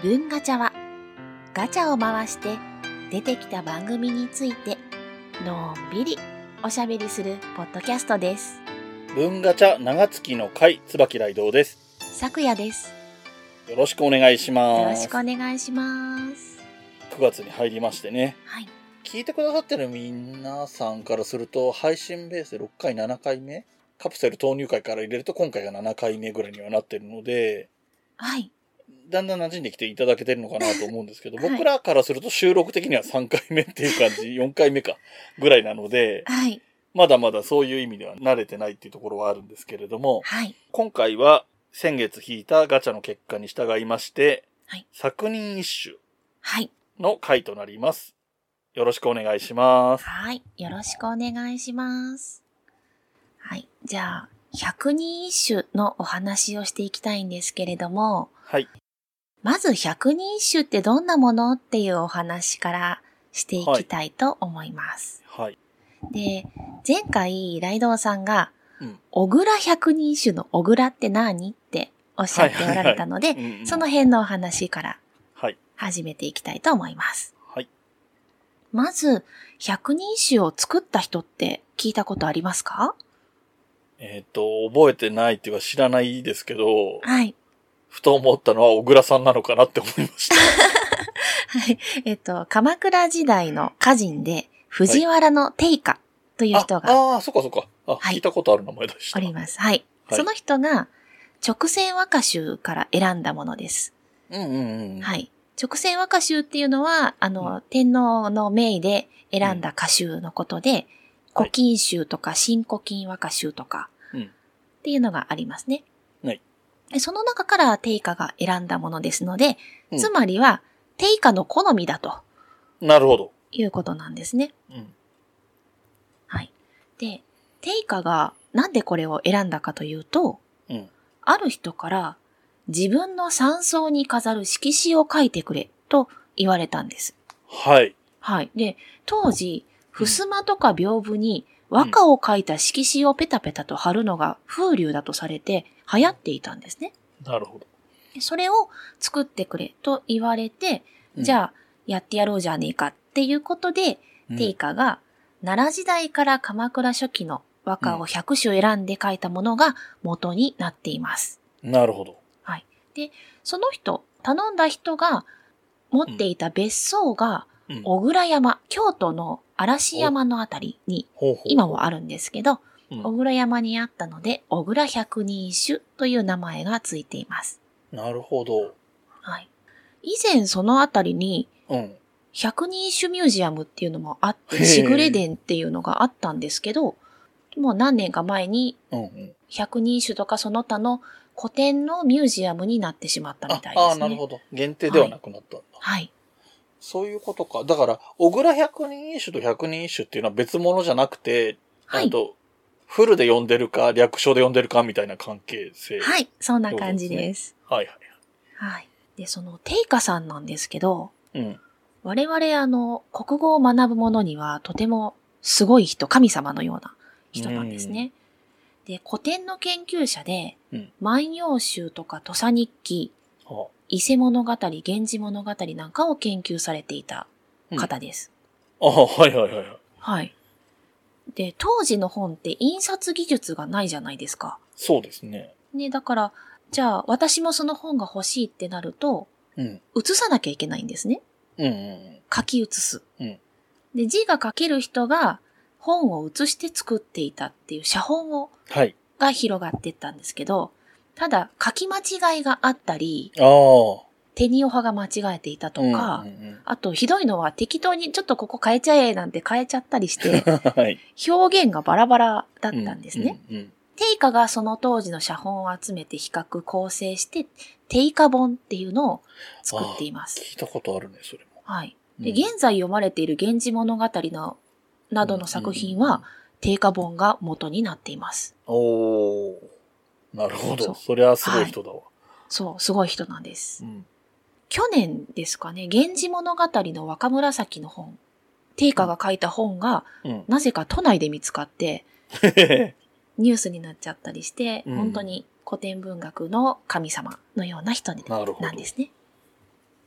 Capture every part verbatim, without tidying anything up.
文ガチャはガチャを回して出てきた番組についてのんびりおしゃべりするポッドキャストです。 文ガチャ長月の会椿雷道です。 さくやです。 よろしくお願いします。 よろしくお願いします。 くがつに入りましてね。 はい。 聞いてくださってる皆さんからすると配信ベースでろっかいななかいめカプセル投入会から入れると今回がななかいめぐらいにはなってるので、 はい。 だんだん馴染んできていただけてるのかなと思うんですけど、 はい、 僕らからすると収録的にはさんかいめっていう感じ、よんかいめかぐらいなので、 はい。 まだまだそういう意味では慣れてないっていうところはあるんですけれども、 はい。 今回は先月引いたガチャの結果に従いまして、 はい、 作人一首の回となります。よろしくお願いします。 はい。よろしくお願いします。はい。じゃあ、百人一首のお話をしていきたいんですけれども、 はい。 まず百人一首ってどんなものっていうお話からしていきたいと思います。 はい。 で、前回、ライドウさんが、 うん、 小倉百人一首の小倉って何っておっしゃっておられたので、その辺のお話から始めていきたいと思います。 はい。 まず、百人一首を作った人って聞いたことありますか？ えっと、覚えてないっていうか知らないですけど、 はい。 ふと思ったのは小倉さんなのかなって思いました。 はい。えっと、鎌倉時代の歌人で、藤原の定家という人が、 はい、ああ、そっかそっか。あ、 はい、 聞いたことある名前でした。 おります。はい。はい、その人が、直線和歌集から選んだものです。 うんうんうん。 はい。直線和歌集っていうのは、あの、うん、天皇の命で選んだ歌集のことで、うん、古今集とか新古今和歌集とか、っていうのがありますね。 はい。 その中から定家が選んだものですので、うん、つまりは定家の好みだと。 なるほど。 いうことなんですね。 うん。 はい。で、定家がなんでこれを選んだかというと、 うん、 ある人から自分の山荘に飾る色紙を書いてくれと言われたんです。 はい。 はい。で、当時、襖とか屏風に和歌を書いた色紙をペタペタと貼るのが風流だとされて流行っていたんですね。 なるほど。 それを作ってくれと言われて、うん、じゃあやってやろうじゃねえかっていうことで、うん、定家が奈良時代から鎌倉初期の和歌をひゃくしゅ選んで書いたものが元になっています。 なるほど。 はい。で、その人、頼んだ人が持っていた別荘が小倉山、うん、京都の嵐山のあたりに今もあるんですけど、うん、小倉山にあったので、小倉百人一首という名前がついています。 なるほど。 はい。以前そのあたりに、 うん、 百人一首ミュージアムっていうのもあって、しぐれ殿っていうのがあったんですけど、もう何年か前に、百人一首とかその他の古典のミュージアムになってしまったみたいですね。 ああ、なるほど。限定ではなくなったんだ。 はい。はい、 そういうことか。だから、小倉百人一首と百人一首っていうのは別物じゃなくて、はい、あと、フルで読んでるか、略称で読んでるかみたいな関係性、ね。 はい、そんな感じです。 はいはい。 はい。で、その、定家さんなんですけど、 うん、 我々あの、国語を学ぶ者にはとてもすごい人、神様のような人なんですね。で、古典の研究者で、うん、万葉集とか土佐日記、はあ、伊勢物語、源氏物語なんかを研究されていた方です。 うん、ああ、はいはいはい。 はい。で、当時の本って印刷技術がないじゃないですか。 そうですね。 ね、だから、じゃあ私もその本が欲しいってなると、うん、写さなきゃいけないんですね。 うんうんうん、 書き写す、 うん。 で、字が書ける人が本を写して作っていたっていう写本を、 はい、 が広がっていったんですけど、ただ書き間違いがあったり、 ああ。 手におはが間違えていたとか、うんうんうん、あとひどいのは適当にちょっとここ変えちゃえなんて変えちゃったりして、はい、表現がバラバラだったんですね。うんうんうん、定家がその当時の写本を集めて比較構成して、定家本っていうのを作っています。 聞いたことあるね、それも。 はい。で、うん、現在読まれている源氏物語のなどの作品は、うんうんうん、定家本が元になっています。 おー。なるほど。そ, そりゃすごい人だわ、はい。 そう、すごい人なんです。うん、去年ですかね、源氏物語の若紫の本、定家が書いた本が、うん、なぜか都内で見つかって、ニュースになっちゃったりして、うん、本当に古典文学の神様のような人なんですね。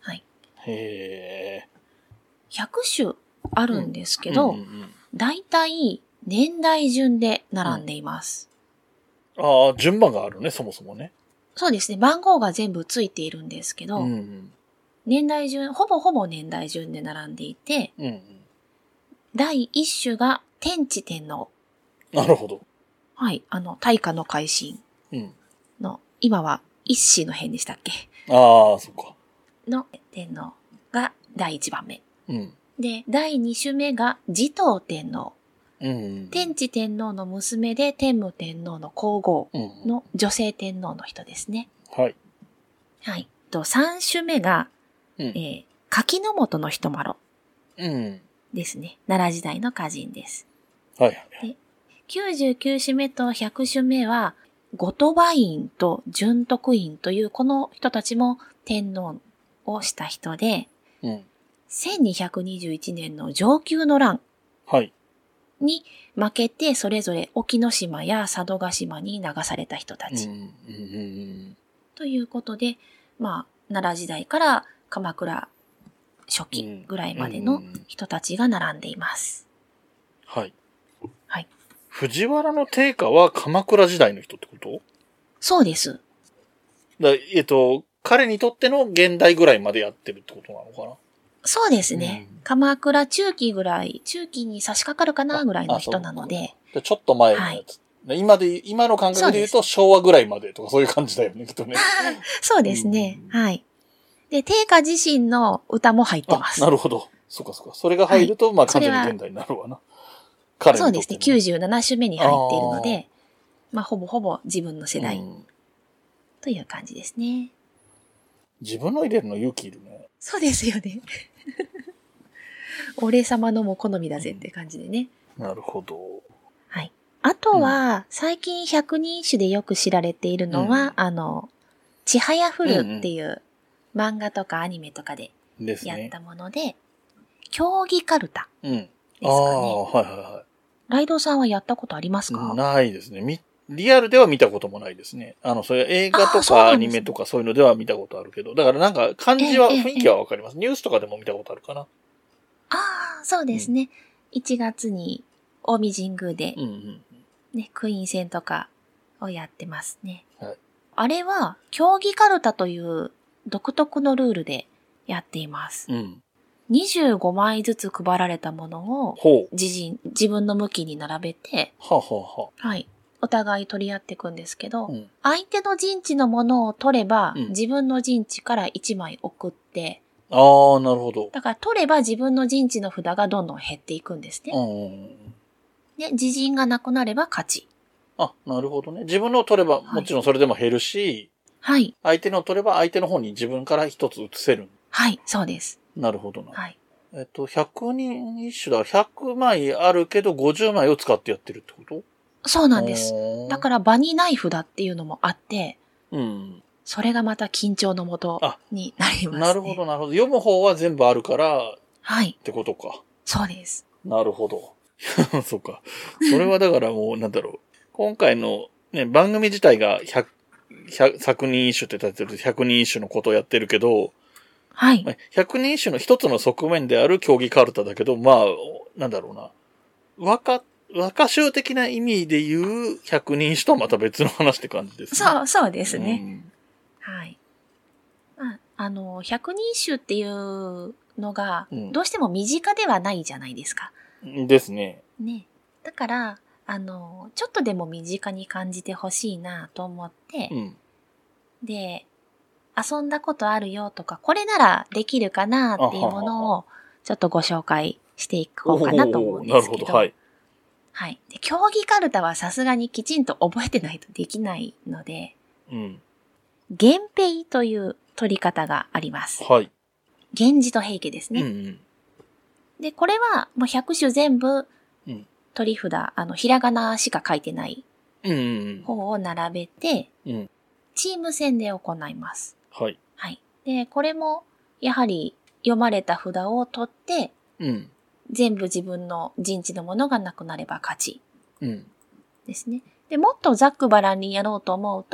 へー。 ひゃく種あるんですけど、 うんうんうん、 だいたい年代順で並んでいます。 うん、ああ、順番があるね、そもそもね。 そうですね。番号が全部ついているんですけど、うんうん、年代順、ほぼほぼ年代順で並んでいて、うんうん、だいいち種が天智天皇。 なるほど。 はい。あの、大化の改新の、うん、今は一子の変でしたっけ？ ああ、そっか。 の天皇がだいいちばんめ。 うん、 で、だいに種目が持統天皇。 うんうん、 天智天皇の娘で天武天皇の皇后の女性天皇の人ですね。 うん、はい。 はい。と、さん種目が、うん、えー、柿の本の人麻呂。うん。ですね。奈良時代の歌人です。 はい。 できゅうじゅうきゅう種目とひゃく種目は、後鳥羽院と純徳院というこの人たちも天皇をした人で、うん、せんにひゃくにじゅういちねんの承久の乱に負けてそれぞれ沖ノ島や佐渡島に流された人たち。うんうんうん、ということで、まあ、奈良時代から鎌倉初期ぐらいまでの人たちが並んでいます。 うんうんうん、はい。 はい。 藤原の定家は鎌倉時代の人ってこと？ そうです。 だえっと、彼にとっての現代ぐらいまでやってるってことなのかな？ そうですね。うん、鎌倉中期ぐらい、中期に差し掛かるかなぐらいの人なので。 ちょっと前のやつ。はい、今で、今の感覚で言うと昭和ぐらいまでとかそういう感じだよね、きっとね。 そうですね、うん。はい。で、定家自身の歌も入ってます。 なるほど。そうかそうか。それが入ると、はい、まあ完全に現代になるわな。 彼そうですね。きゅうじゅうなな種目に入っているので、まあほぼほぼ自分の世代、うん、という感じですね。 自分の入れるの勇気いるね。 そうですよね。俺様のも好みだぜって感じでね。 うん、なるほど。 はい。あとは、うん、最近百人一首でよく知られているのは、うん、あの、ちはやふるっていう漫画とかアニメとかでやったもので、でね、競技カルタですかね。うん、ああ、はいはいはい。 ライドさんはやったことありますか？ ないですね。み、リアルでは見たこともないですね。あの、そういう映画とかアニメとかそういうのでは見たことあるけど、だからなんか感じは、雰囲気はわかります。ニュースとかでも見たことあるかな。 ああ、そうですね。うん、いちがつに近江神宮で、うんうんね、クイーン戦とかをやってますね。はい、あれは、競技カルタという独特のルールでやっています。うん、にじゅうごまいずつ配られたものを自陣、自分の向きに並べて、 はあはあ、 はい、お互い取り合っていくんですけど、うん、相手の陣地のものを取れば、うん、自分の陣地からいちまい送って、 ああ、なるほど。 だから取れば自分の陣地の札がどんどん減っていくんですね。うん、で、自陣がなくなれば勝ち。 あ、なるほどね。自分のを取ればもちろんそれでも減るし、 はい。 相手のを取れば相手の方に自分から一つ移せる。 はい、そうです。 なるほどな。はい。えっと、ひゃくにん一首だ。ひゃくまいあるけどごじゅうまいを使ってやってるってこと？ そうなんです。だから場にない札っていうのもあって、うん。それがまた緊張のもとになりますね。 なるほど、なるほど。読む方は全部あるから、はい。ってことか。 そうです。 なるほど。そうか。それはだからもう、なんだろう。今回のね、番組自体がひゃく、ひゃく、百人一首って立てるひゃくにん一首のことをやってるけど、はい。ひゃくにん一首の一つの側面である競技カルタだけど、まあ、なんだろうな。和歌、和歌集的な意味で言う百人一首とはまた別の話って感じですね。 そう、そうですね。うん、はい。あ、あの、百人一首っていうのが、どうしても身近ではないじゃないですか。 うん、ですね。 ね。だから、あの、ちょっとでも身近に感じてほしいなと思って、うん、で、遊んだことあるよとか、これならできるかなっていうものを、ちょっとご紹介していこうかなと思うんですけど。なるほど、はい。はい。で、競技カルタはさすがにきちんと覚えてないとできないので、うん。源平という取り方があります。はい。源氏と平家ですね。うんうん、で、これはもうひゃく種全部、取り札、あの、ひらがなしか書いてない方を並べて、うん、チーム戦で行います。はい。はい。で、これも、やはり読まれた札を取って、うん、全部自分の陣地のものがなくなれば勝ち。うん。ですね。で、もっとざっくばらんにやろうと思うと、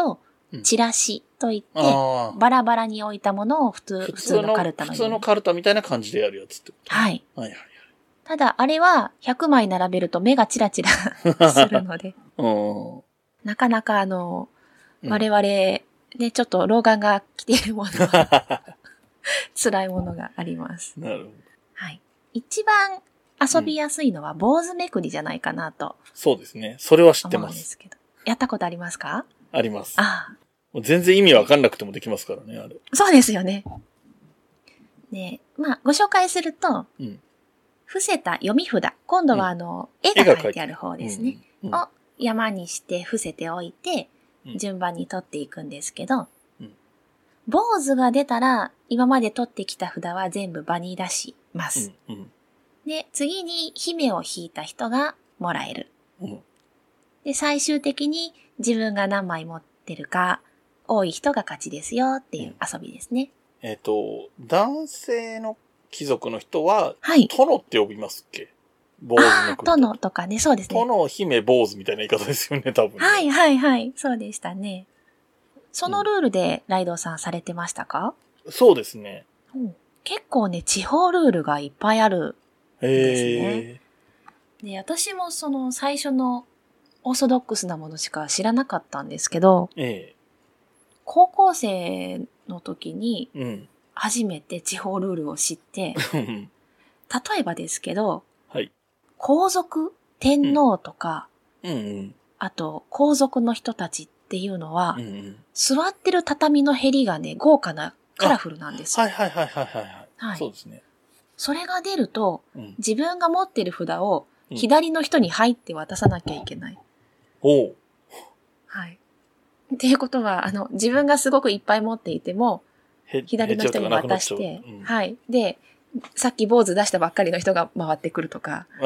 チラシといって、うん、バラバラに置いたものを普通、普通のカルタのように。 普通のカルタみたいな感じでやるやつってこと、ね、 はい。 はいはいはい。 ただ、あれはひゃくまい並べると目がチラチラするので、なかなかあの、我々、ね、ちょっと老眼が来ているものは、辛いものがあります。 なるほど。 はい。一番遊びやすいのは坊主めくりじゃないかなと、 うん。そうですね。それは知ってます。 思うんですけど。やったことありますか？ あります。 ああ。 もう全然意味わかんなくてもできますからね、あれ。 そうですよね。ね、まあ、ご紹介すると、 うん、 伏せた読み札。今度はあの、うん、絵が描いてある方ですね。うんうん、を山にして伏せておいて、順番に取っていくんですけど、うん、坊主が出たら、今まで取ってきた札は全部場に出します。うんうん、で、次に姫を引いた人がもらえる。うん、で、最終的に自分が何枚持ってるか、多い人が勝ちですよっていう遊びですね。 うん、えっと、男性の貴族の人は、 はい。 殿って呼びますっけ？坊主の国。殿とかね、そうですね。 殿、姫、坊主みたいな言い方ですよね、多分、ね。 はいはいはい。そうでしたね。そのルールでライドウさんされてましたか？ うん、そうですね、 うん。結構ね、地方ルールがいっぱいあるんですね。で、私もその最初のオーソドックスなものしか知らなかったんですけど、ええ、高校生の時に初めて地方ルールを知って、うん、例えばですけど、はい、皇族、天皇とか、うんうんうん、あと皇族の人たちっていうのは、うんうん、座ってる畳のへりがね、豪華なカラフルなんですよ。 はいはいはいはいはい、はい。そうですね。 それが出ると、うん、自分が持ってる札を左の人に入って渡さなきゃいけない。 おう。 はい。っていうことは、あの、自分がすごくいっぱい持っていても、左の人に渡して、うん、はい。で、さっき坊主出したばっかりの人が回ってくるとか、うん、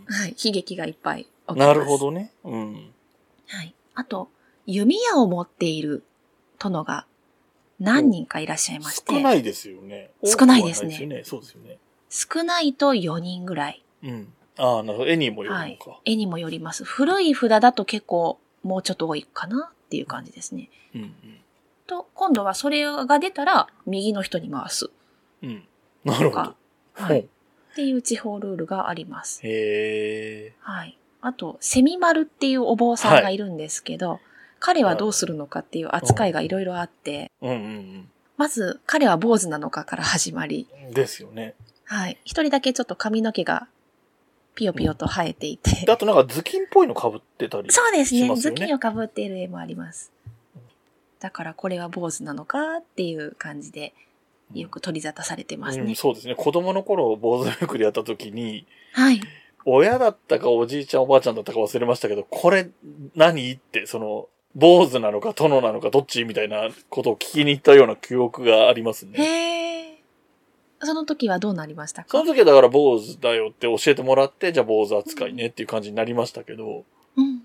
はい。悲劇がいっぱい起きます。 なるほどね。うん。 はい。あと、弓矢を持っている殿が何人かいらっしゃいまして。 少ないですよね。 少ないですね。 ないですよね。そうですよね。 少ないとよにんぐらい。 うん。ああ、なるほど。絵にもよるのか、はい。 絵にもよります。古い札だと結構もうちょっと多いかなっていう感じですね。うんうん。と、今度はそれが出たら右の人に回す。 うん。なるほど。 はい。っていう地方ルールがあります。 へー。 はい。あと、セミマルっていうお坊さんがいるんですけど、はい、彼はどうするのかっていう扱いがいろいろあって、うんうんうん、まず、彼は坊主なのかから始まり。 ですよね。 はい。一人だけちょっと髪の毛がピヨピヨと生えていて。 うん、あとなんか頭巾っぽいの被ってたりしますよね。 そうですね。頭巾を被っている絵もあります。だからこれは坊主なのかっていう感じで、よく取り沙汰されてますね。 うん、そうですね。子供の頃坊主めくりやった時に、 はい。 親だったかおじいちゃんおばあちゃんだったか忘れましたけど、これ何って、その、坊主なのか殿なのかどっちみたいなことを聞きに行ったような記憶がありますね。 へー。その時はどうなりましたか？ その時はだから坊主だよって教えてもらって、じゃあ坊主扱いねっていう感じになりましたけど、うんうんうんうん、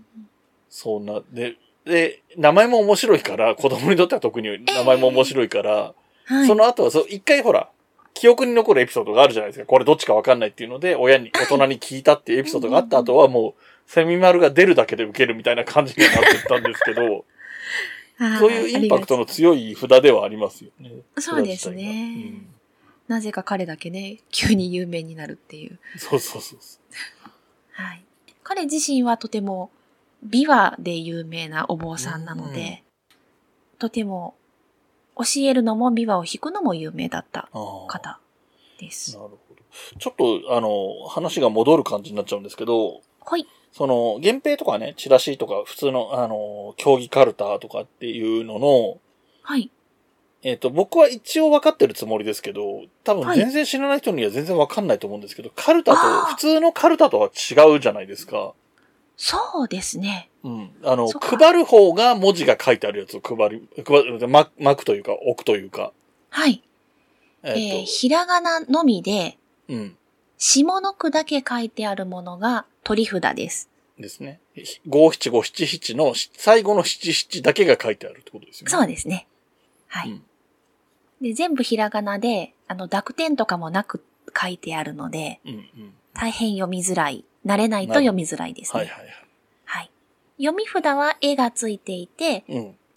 そんな、で、で、名前も面白いから、子供にとっては特に名前も面白いから、えーはい、その後は、そう、一回ほら、記憶に残るエピソードがあるじゃないですか。これどっちかわかんないっていうので、親に、大人に聞いたっていうエピソードがあった後はもう、セミマルが出るだけで受けるみたいな感じになってったんですけど、そういうインパクトの強い札ではありますよね。 そうですね、うん。なぜか彼だけね、急に有名になるっていう。 そうそうそうそう。 はい。彼自身はとても、琵琶で有名なお坊さんなので、うん、とても、教えるのも琵琶を弾くのも有名だった方です。 なるほど。ちょっと、あの、話が戻る感じになっちゃうんですけど、 はい。 その、源平とかね、チラシとか、普通の、あの、競技カルタとかっていうのの、 はい。 えっと、僕は一応分かってるつもりですけど、多分全然知らない人には全然分かんないと思うんですけど、はい、カルタと、普通のカルタとは違うじゃないですか。 そうですね。 うん。あの、配る方が文字が書いてあるやつを配る、配る、巻くというか、置くというか。はい。 えっと、えー、ひらがなのみで、うん。下の句だけ書いてあるものが取り札です。 ですね。五七五七七の最後の七七だけが書いてあるってことですよね。 そうですね。はい。うん、で、全部ひらがなで、あの、濁点とかもなく書いてあるので、うんうん、大変読みづらい。慣れないと読みづらいですね。はいはいはい。はい。読み札は絵がついていて、うん、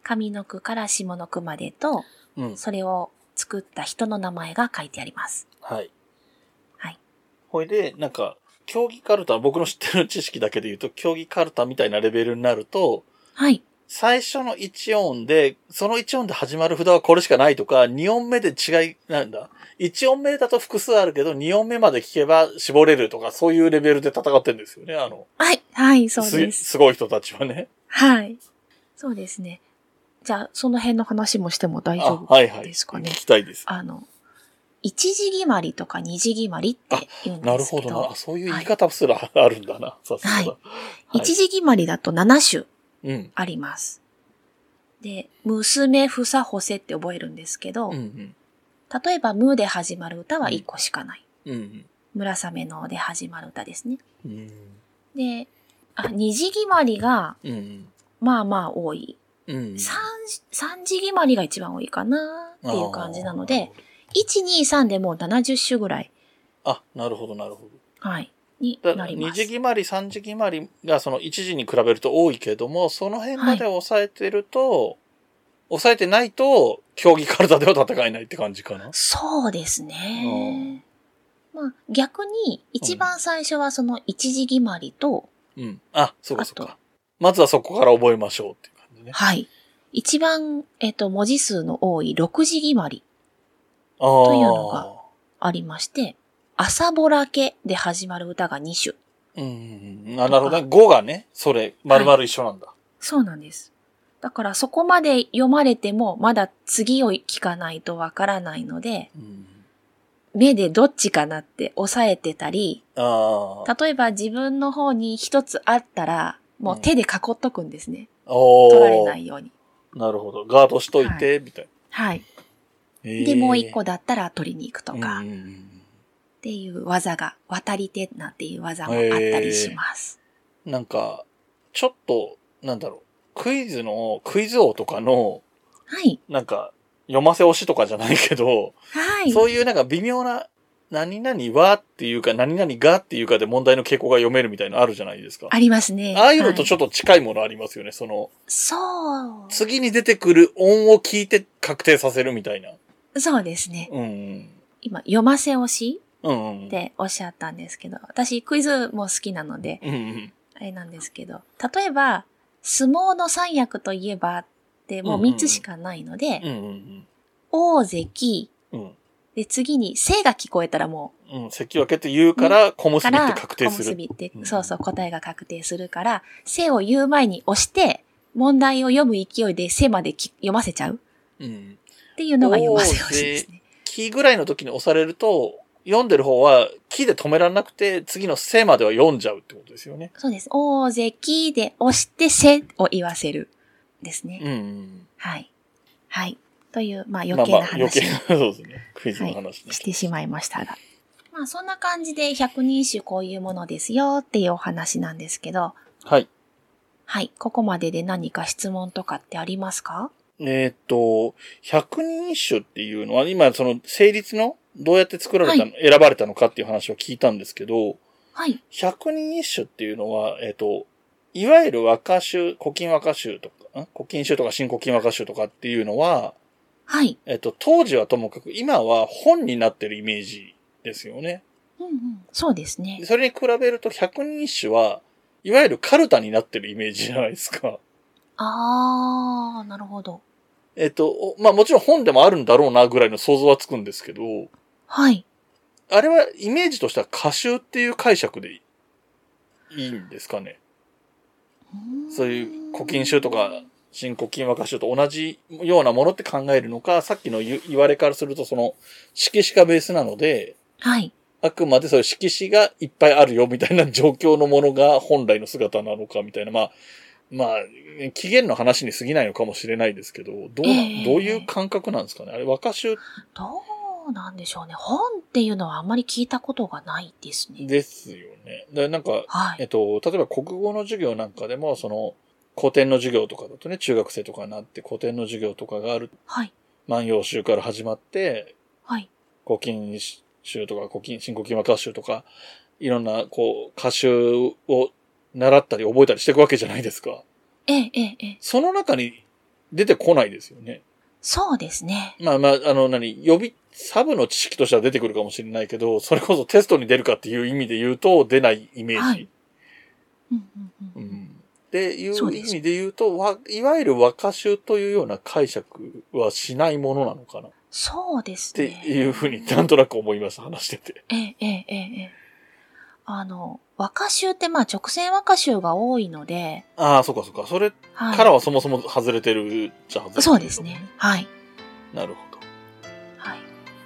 上の句から下の句までと、うん、それを作った人の名前が書いてあります。 はい。 はい。 ほいで、なんか、競技カルタ、僕の知ってる知識だけで言うと、競技カルタみたいなレベルになると、 はい。 最初のいち音で、そのいち音で始まる札はこれしかないとか、に音目で違い、なんだ ?いち 音目だと複数あるけど、に音目まで聞けば絞れるとか、そういうレベルで戦ってるんですよね、あの。 はい、はい、そうです。 す、すごい人たちはね。 はい。そうですね。じゃあ、その辺の話もしても大丈夫ですかね。 はいはい。聞きたいです。 あの、一字決まりとか二字決まりって言うんですけど。 なるほどな。そういう言い方すらあるんだな。さすがだ。はい。 一字決まりだとなな種あります。うん、で、娘、ふさ、ほせって覚えるんですけど、うんうん、例えば、むで始まる歌はいっこしかない。うんうん、村雨ので始まる歌ですね。うん、で、あ、二字決まりが、うんうん、まあまあ多い。うん、三、三字決まりが一番多いかなっていう感じなので、いち、に、さんでもうななじゅっ種ぐらい。 あ、なるほど、なるほど。はい。になります。 に字決まり、さん字決まりがそのいち字に比べると多いけども、その辺まで抑えてると、はい、抑えてないと、競技カルタでは戦えないって感じかな。 そうですね。まあ、逆に、一番最初はそのいち字決まりと、 うん。あ、そうかそうか。まずはそこから覚えましょうっていう感じね。 はい。一番、えっと、文字数の多いろく字決まり。というのがありまして、朝ぼらけで始まる歌がに種。 うん。なるほどね。語がね、それ、丸々一緒なんだ、はい。 そうなんです。だからそこまで読まれても、まだ次を聞かないとわからないので、うん、目でどっちかなって押さえてたり、 あ例えば自分の方に一つあったら、もう手で囲っとくんですね。 うん、 取られないように。 なるほど。ガードしといて、はい、みたいな。 はい。で、もう一個だったら取りに行くとか、っていう技が、渡り手なんていう技もあったりします。 なんか、ちょっと、なんだろう、クイズの、クイズ王とかの、 はい。 なんか、読ませ押しとかじゃないけど、 はい。 そういうなんか微妙な、何々はっていうか、何々がっていうかで問題の傾向が読めるみたいなのあるじゃないですか。 ありますね。 ああいうのとちょっと近いものありますよね、はい、その。 そう。 次に出てくる音を聞いて確定させるみたいな。 そうですね。 うん、 今、読ませ押しうんうん、 っておっしゃったんですけど、私クイズも好きなので、 うんうん、 あれなんですけど、例えば、相撲の三役といえばってもうみっつしかないので、 うんうんうん、 大関、 うん、 で、次に、せが聞こえたらもう、うん、関脇って言うから、小結びって確定する。 小結びって、うん、そうそう、答えが確定するから、せを言う前に押して、問題を読む勢いでせまで読ませちゃう。 うん。 っていうのが読ませ押しですね。 キぐらいの時に押されると、読んでる方は、キで止められなくて、次のせまでは読んじゃうってことですよね。 そうです。大関で押して、せを言わせる。ですね。 うん。 はい。はい。という、まあ余計な話。まあまあ余計な、そうですね。クイズの話、ね、 はい、してしまいましたが。まあそんな感じで百人一首こういうものですよっていうお話なんですけど。 はい。 はい。ここまでで何か質問とかってありますか？ えっと、百人一首っていうのは、今その成立のどうやって作られたの、はい、選ばれたのかっていう話を聞いたんですけど、 はい。 百人一首っていうのは、えっと、いわゆる和歌集、古今和歌集とか、ん古今集とか新古今和歌集とかっていうのは、 はい。 えっと、当時はともかく、今は本になってるイメージですよね。 うんうん。そうですね。 それに比べると百人一首は、いわゆるカルタになってるイメージじゃないですか。 あー、なるほど。 えっと、まあもちろん本でもあるんだろうなぐらいの想像はつくんですけど、 はい。 あれはイメージとしては歌集っていう解釈でいいんですかね。そういう古今集とか新古今和歌集と同じようなものって考えるのか、さっきの言われからするとその色紙がベースなので、 はい。 あくまでそういう色紙がいっぱいあるよみたいな状況のものが本来の姿なのかみたいな、まあ、まあ、起源の話に過ぎないのかもしれないですけど、どうな、えー、どういう感覚なんですかねあれ、和歌集。 どうなんでしょうね。本っていうのはあんまり聞いたことがないですね。 ですよね。でなんか、はい、えっと、例えば国語の授業なんかでも、その、古典の授業とかだとね、中学生とかになって古典の授業とかがある。 はい。 万葉集から始まって、 はい。 古今集とか、古今、新古今和歌集とか、いろんな、こう、歌集を習ったり覚えたりしていくわけじゃないですか。 ええ、ええ、ええ。 その中に出てこないですよね。 そうですね。 まあまあ、あの、何、予備、サブの知識としては出てくるかもしれないけど、それこそテストに出るかっていう意味で言うと、出ないイメージ。はい。 うんうんうんうん、 っていう意味で言うと、わ、いわゆる和歌集というような解釈はしないものなのかな。 そうですね。 っていうふうになんとなく思いました、話してて。 ええ、ええ、ええ。あの、和歌集ってまあ直線和歌集が多いので。 ああ、そっかそっか。それからはそもそも外れてるじゃ外れてる、ね、 そうですね。はい。 なるほど。 はい。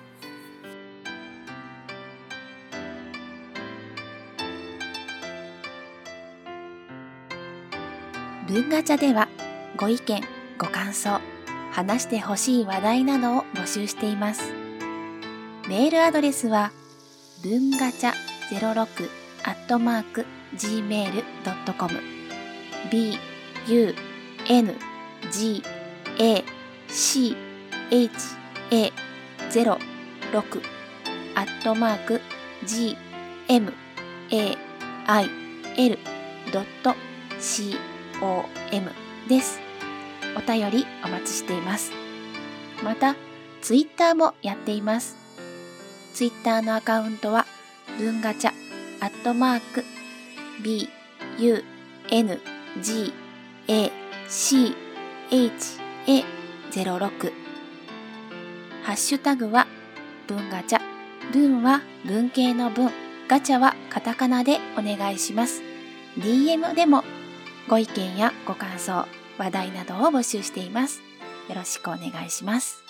文ガチャではご意見、ご感想、話してほしい話題などを募集しています。メールアドレスは文ガチャゼロろくアットマークジーメールドットコム b u n g a c h a ゼロろくアットマーク g m a i l ドット com です。お便りお待ちしています。また、ツイッターもやっています。ツイッターのアカウントは文ガチャアットマーク b u n g a c h a ゼロろくハッシュタグは文ガチャ。文は文系の文、ガチャはカタカナでお願いします。ディーエム でもご意見やご感想、話題などを募集しています。よろしくお願いします。